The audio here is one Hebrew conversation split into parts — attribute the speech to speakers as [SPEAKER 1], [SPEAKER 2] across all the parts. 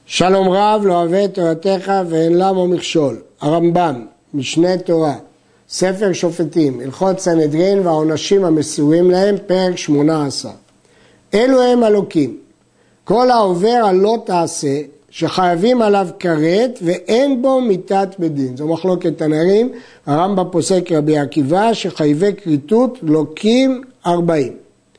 [SPEAKER 1] שלום רב לא אוהב את תורתך ואין למו מכשול. הרמב"ם, משנה תורה, ספר שופטים, הלכות סנהדרין והעונשים המסורים להם, פרק 18. אלו הם אלוקים. כל העובר על לא תעשה, שחייבים עליו כרת ואין בו מיתת בדין. זו מחלוקת תנאים, הרמב"ם פוסק רבי עקיבא שחייבי כריתות לוקים 40.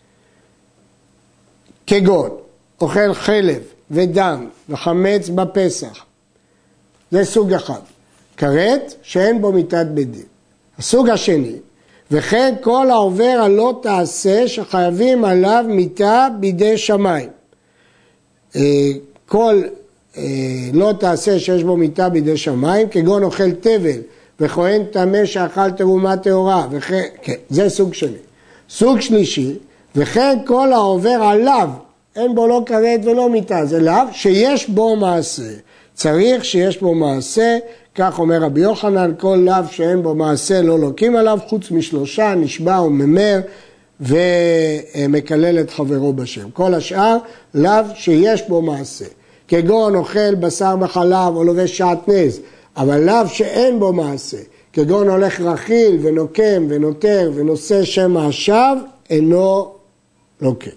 [SPEAKER 1] כגון, אוכל חלב ודם וחמץ בפסח. זה סוג אחד. כרת שאין בו מיתת בדין. הסוג השני, וכן כל העובר על לא תעשה שחייבים עליו מיתה בידי שמיים. כל לא תעשה שיש בו מיתה בידי שמיים, כגון אוכל תבל וכהן טמא שאכל תרומה טהורה, כן, זה סוג שני. סוג שלישי, וכן כל העובר עליו, אין בו לא כרת ולא מיתה, זה לאו שיש בו מעשה. צריך שיש בו מעשה, כך אומר רבי יוחנן, כל לאו שאין בו מעשה לא לוקים עליו, חוץ משלושה, נשבע וממר ומקלל את חברו בשם. כל השאר, לאו שיש בו מעשה. כגון אוכל בשר בחלב או לובש שעטנז, אבל לאו שאין בו מעשה. כגון הולך רכיל ונוקם ונותר ונושא שם העשב, אינו לוקם.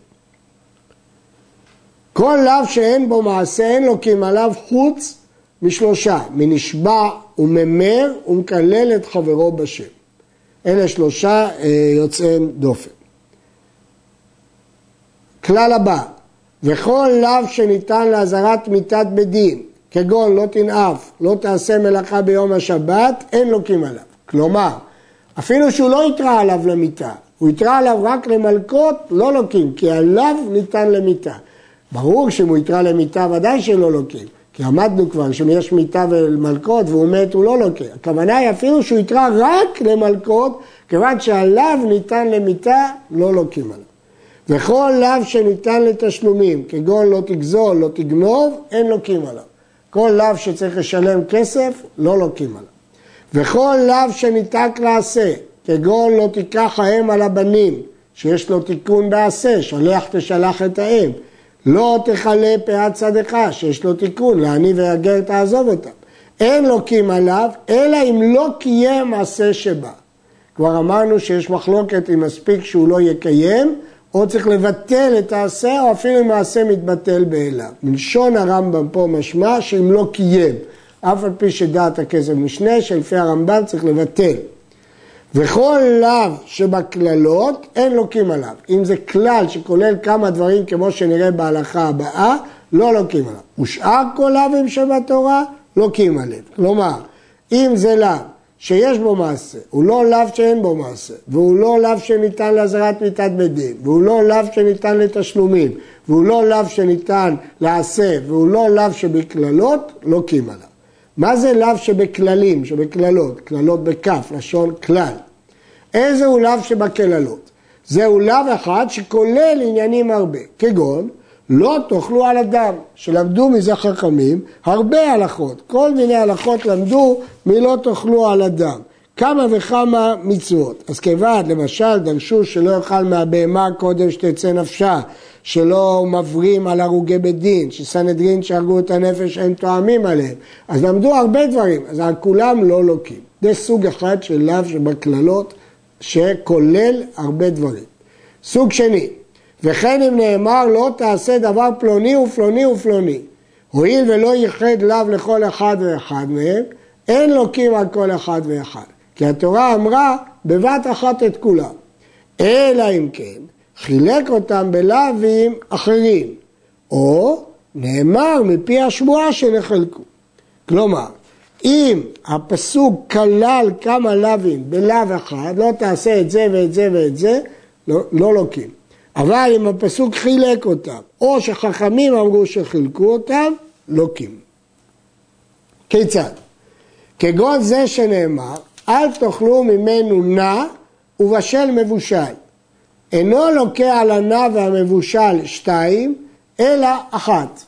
[SPEAKER 1] כל לאו שאין בו מעשה, אין לוקים עליו חוץ משלושה, מנשבע וממר ומקלל את חברו בשם. אלה שלושה יוצאי דופן. כלל הבא, וכל לאו שניתן להזהרת מיתת בדין, כגון לא תנאף, לא תעשה מלאכה ביום השבת, אין לוקים עליו. כלומר, אפילו שהוא לא יתרא עליו למיתה, הוא יתרא עליו רק למלכות, לא לוקים, כי עליו ניתן למיתה. ברור שאם הוא יתרא למיתה ודאי שלא לוקים, כי עמדנו כבר שאם יש מיתה ולמלכות והוא מת הוא לא לוקה. הכוונה היא אפילו שהוא יתרא רק למלכות, כיוון שעליו ניתן למיתה לא לוקים עליו. וכל לאו שניתן לתשלומים, כגון לא תגזול, לא תגנוב, אין לוקים עליו. כל לאו שצריך לשלם כסף, לא לוקים עליו. וכל לאו שניתק לעשה, כגון לא תיקח האם על הבנים, שיש לו תיקון בעשה, שלח תשלח את האם. לא תחלה פאת צדך, שיש לו תיקון, לעני והגר תעזוב אותם. אין לוקים עליו, אלא אם לא קיים מעשה שבא. כבר אמרנו שיש מחלוקת אם מספיק שהוא לא יקיים, או צריך לבטל את העשה, או אפילו אם מעשה מתבטל באליו. מלשון הרמב"ם פה משמע שאם לא קיים, אף על פי שדעת הכסף משנה, שלפי הרמב"ם צריך לבטל. וכל לאו שבכללות אין לוקים עליו. אם זה כלל שכולל כמה דברים כמו שנראה בהלכה הבאה, לא לוקים עליו. ושאר כל לאווים שבתורה, לוקים עליו. כלומר, אם זה לאו שיש בו מעשה, הוא לא לאו שאין בו מעשה, והוא לא לאו שניתן להזהרת מיתת בדין, והוא לא לאו שניתן לתשלומים, והוא לא לאו שניתן לעשה, והוא לא לאו שבכללות, לוקים עליו. מה זה לאו שבכללים, שבכללות? כללות בכף, לשון כלל. איזה הוא לאו שבכללות? זהו לאו אחד שכולל עניינים הרבה, כגון לא תאכלו על אדם, שלמדו מזה חכמים הרבה הלכות, כל מיני הלכות למדו מלא תאכלו על אדם, כמה וכמה מצוות. אז כיוון למשל דרשו שלא יאכל מהבהמה קודם שתצא נפשה, שלא מברים על הרוגי בדין, שסנהדרין שהרגו את הנפש אין טועמים עליהם, אז למדו הרבה דברים, אז על כולם לא לוקים. זה סוג אחד של לאו שבכללות שכולל הרבה דברים. סוג שני, וכן אם נאמר לא תעשה דבר פלוני ופלוני ופלוני, הואיל ולא ייחד לאו לכל אחד ואחד מהם, אין לוקים על כל אחד ואחד, כי התורה אמרה בבת אחת את כולם, אלא אם כן חילק אותם בלאווים אחרים, או נאמר מפי השמועה שנחלקו. כלומר, אם הפסוק כלל כמה לאווים בלאו אחד, לא תעשה את זה ואת זה ואת זה, לא לוקים. אבל אם הפסוק חילק אותם, או שחכמים אמרו שחילקו אותם, לוקים. כיצד? כגון זה שנאמר, אל תאכלו ממנו נע ובשל מבושל. אינו לוקה על הנע והמבושל 2, אלא 1.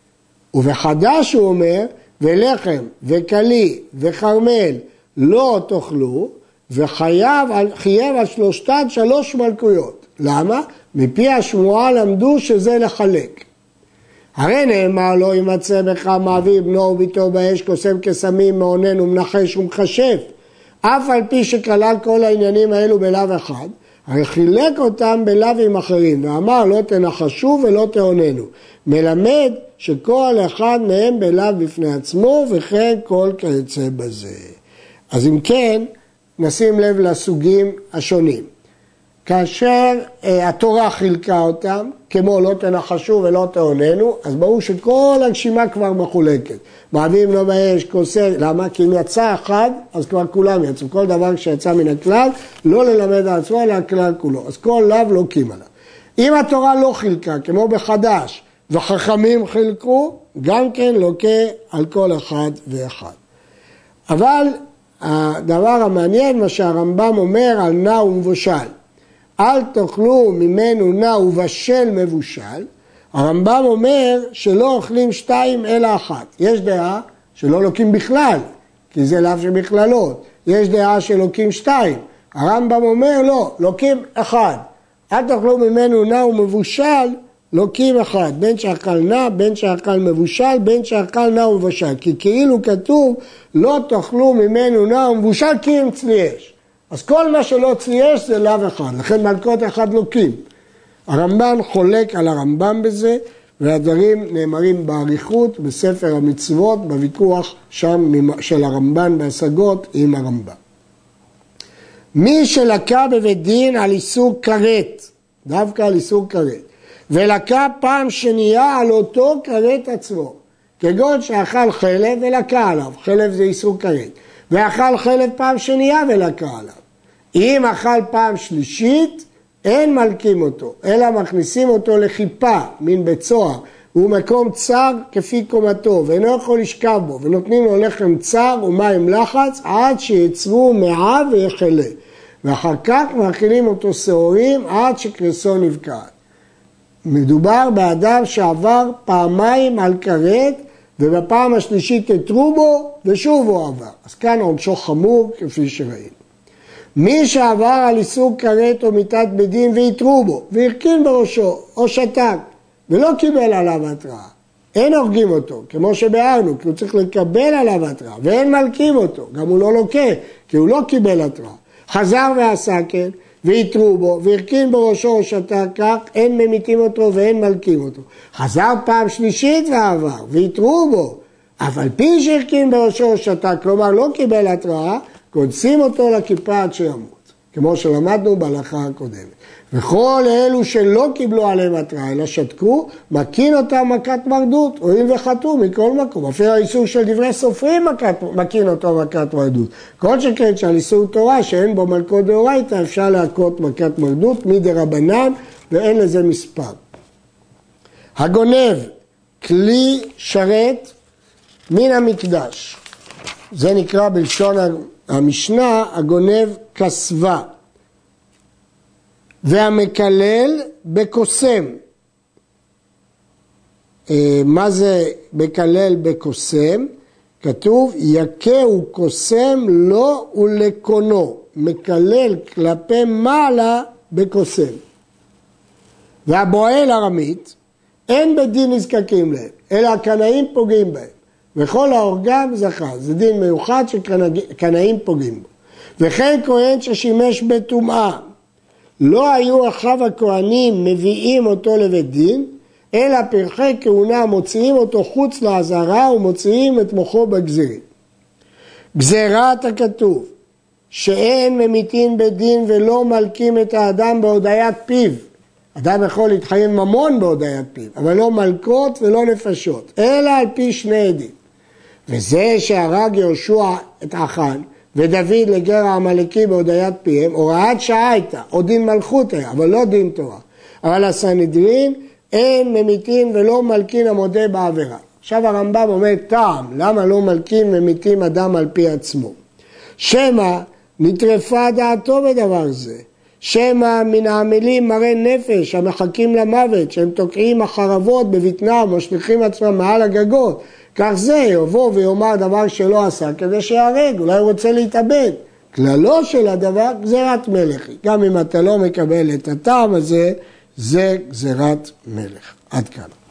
[SPEAKER 1] ובחדש הוא אומר, ולחם וקלי וחרמל לא תאכלו, וחייב על שלושתן 3 מלכויות. למה? מפי השמועה למדו שזה לחלק. הרי נאמר לא ימצא בך מעביר בנו וביתו באש, קוסם קסמים, מעונן ומנחש ומכשף. אף על פי שכלל כל העניינים האלו בלאו אחד, הרי חילק אותם בלאווים אחרים, ואמר לא תנחשו ולא תעוננו. מלמד שכל אחד מהם בלאו בפני עצמו, וכן כל כיוצא בזה. אז אם כן, נשים לב לסוגים השונים. כאשר התורה חילקה אותם, כמו לא תנחשו ולא תעוננו, אז ברור שכל הרשימה כבר מחולקת. מעביר בנו באש, קוסם, למה? כי אם יצא אחד, אז כבר כולם יצאו. כל דבר שיצא מן הכלל, לא ללמד על עצמו, אלא הכלל כולו. אז כל לאו לוקים עליו. אם התורה לא חילקה, כמו בחדש, וחכמים חילקו, גם כן לוקה על כל אחד ואחד. אבל הדבר המעניין, מה שהרמב"ם אומר על נע ומבושל, אל תאכלו ממנו נע ובשל מבושל, הרמב"ם אומר שלא אוכלים שתיים אלא אחת. יש דעה שלא לוקים בכלל, כי זה לאו שבכללות. יש דעה שלוקים שתיים. הרמב"ם אומר לא, לוקים אחד. אל תאכלו ממנו נע ומבושל, לוקים אחד. בין שאכל נע, בין שאכל מבושל, בין שאכל נע ומבושל. כי כאילו כתוב לא תאכלו ממנו נע ומבושל כי אם צלי אש. אז כל מה שלא צייש זה לאו אחד, לכן מלכות אחד לוקים. הרמב"ן חולק על הרמב"ם בזה, והדברים נאמרים באריכות בספר המצוות, בוויכוח שם של הרמב"ן בהשגות עם הרמב"ם. מי שלקה בבית דין על איסור כרת, דווקא על איסור כרת, ולקה פעם שנייה על אותו כרת עצמו, כגון שאכל חלב ולקה עליו, חלב זה איסור כרת, ואכל חלב פעם שנייה ולקה עליו. אם אכל פעם שלישית, אין מלקים אותו, אלא מכניסים אותו לחיפה, מין בית סוהר, הוא מקום צר כפי קומתו, ואינו יכול לשכב בו, ונותנים לו לחם צר ומים לחץ, עד שיצרו מעב ויחלה. ואחר כך מאכילים אותו שעורים עד שקרסו נבקעת. מדובר באדם שעבר פעמיים על כרת, ובפעם השלישית התרו בו, ושוב הוא עבר. אז כאן עונשו חמור כפי שראינו. מי שעבר על איסור כרת או מיתת בדין והתרו בו, והרכין בראשו או שתק, ולא קיבל עליו התראה, אין הורגים אותו, כמו שבארנו, כי הוא צריך לקבל עליו התראה, ואין מלקים אותו, גם הוא לא לוקה, כי הוא לא קיבל התראה. חזר ועשה כן, והתרו בו, והרכין בראשו או שתק כך, אין ממיתים אותו ואין מלקים אותו. חזר פעם שלישית ועבר, והתרו בו, אבל פי שהרכין בראשו או שתק, כלומר לא קיבל התראה, קודסים אותו לכיפה עד שימות, כמו שלמדנו בהלכה הקודמת. וכל אלו שלא קיבלו עליהם התראה, אלא שתקו, מקין אותם מכת מרדות, הואיל וחטאו מכל מקום. אפילו האיסור של דברי סופרים מקין אותו מכת מרדות. כל שכן שעל איסור תורה שאין בו מלכות דאורייתא, אפשר להכות מכת מרדות מדרבנן, ואין לזה מספר. הגונב כלי שרת מן המקדש. זה נקרא בלשון המשנה, הגונב כסבה. והמקלל בקוסם. מה זה מקלל בקוסם? כתוב, יקהו קוסם לו ולקונו. מקלל כלפי מעלה בקוסם. והבועל ארמית, אין בדין נזקקים להם, אלא הקנאים פוגעים בהם. וכל ההורגם זכה, זה דין מיוחד שקנאים פוגעים בו. וכן כהן ששימש בטומאה, לא היו אחיו הכהנים מביאים אותו לבית דין, אלא פרחי כהונה מוציאים אותו חוץ לעזרה ומוציאים את מוחו בגזירים. גזירת הכתוב, שאין ממיתין בית דין ולא מלקים את האדם בהודיית פיו. אדם יכול להתחייב ממון בהודיית פיו, אבל לא מלכות ולא נפשות, אלא על פי שני עדים. וזה שהרג יהושע את אחן, ודוד לגר העמלקי בהודיית פיהם, הוראת שעה הייתה, או דין מלכות היה, אבל לא דין תורה. אבל הסנהדרין אין ממיתין ולא מלקין המודה בעבירה. עכשיו הרמב"ם אומר טעם, למה לא מלקין ממיתים אדם על פי עצמו? שמא נטרפה דעתו בדבר זה. שמא מן העמלים מראה נפש המחכים למוות, שהם תוקעים החרבות בבטנם או שליחים עצמם מעל הגגות. כך זה יבוא ויאמר דבר שלא עשה כדי שיהרג, אולי הוא רוצה להתאבד. כללו של הדבר גזירת מלך. גם אם אתה לא מקבל את הטעם הזה, זה גזירת מלך. עד כאן.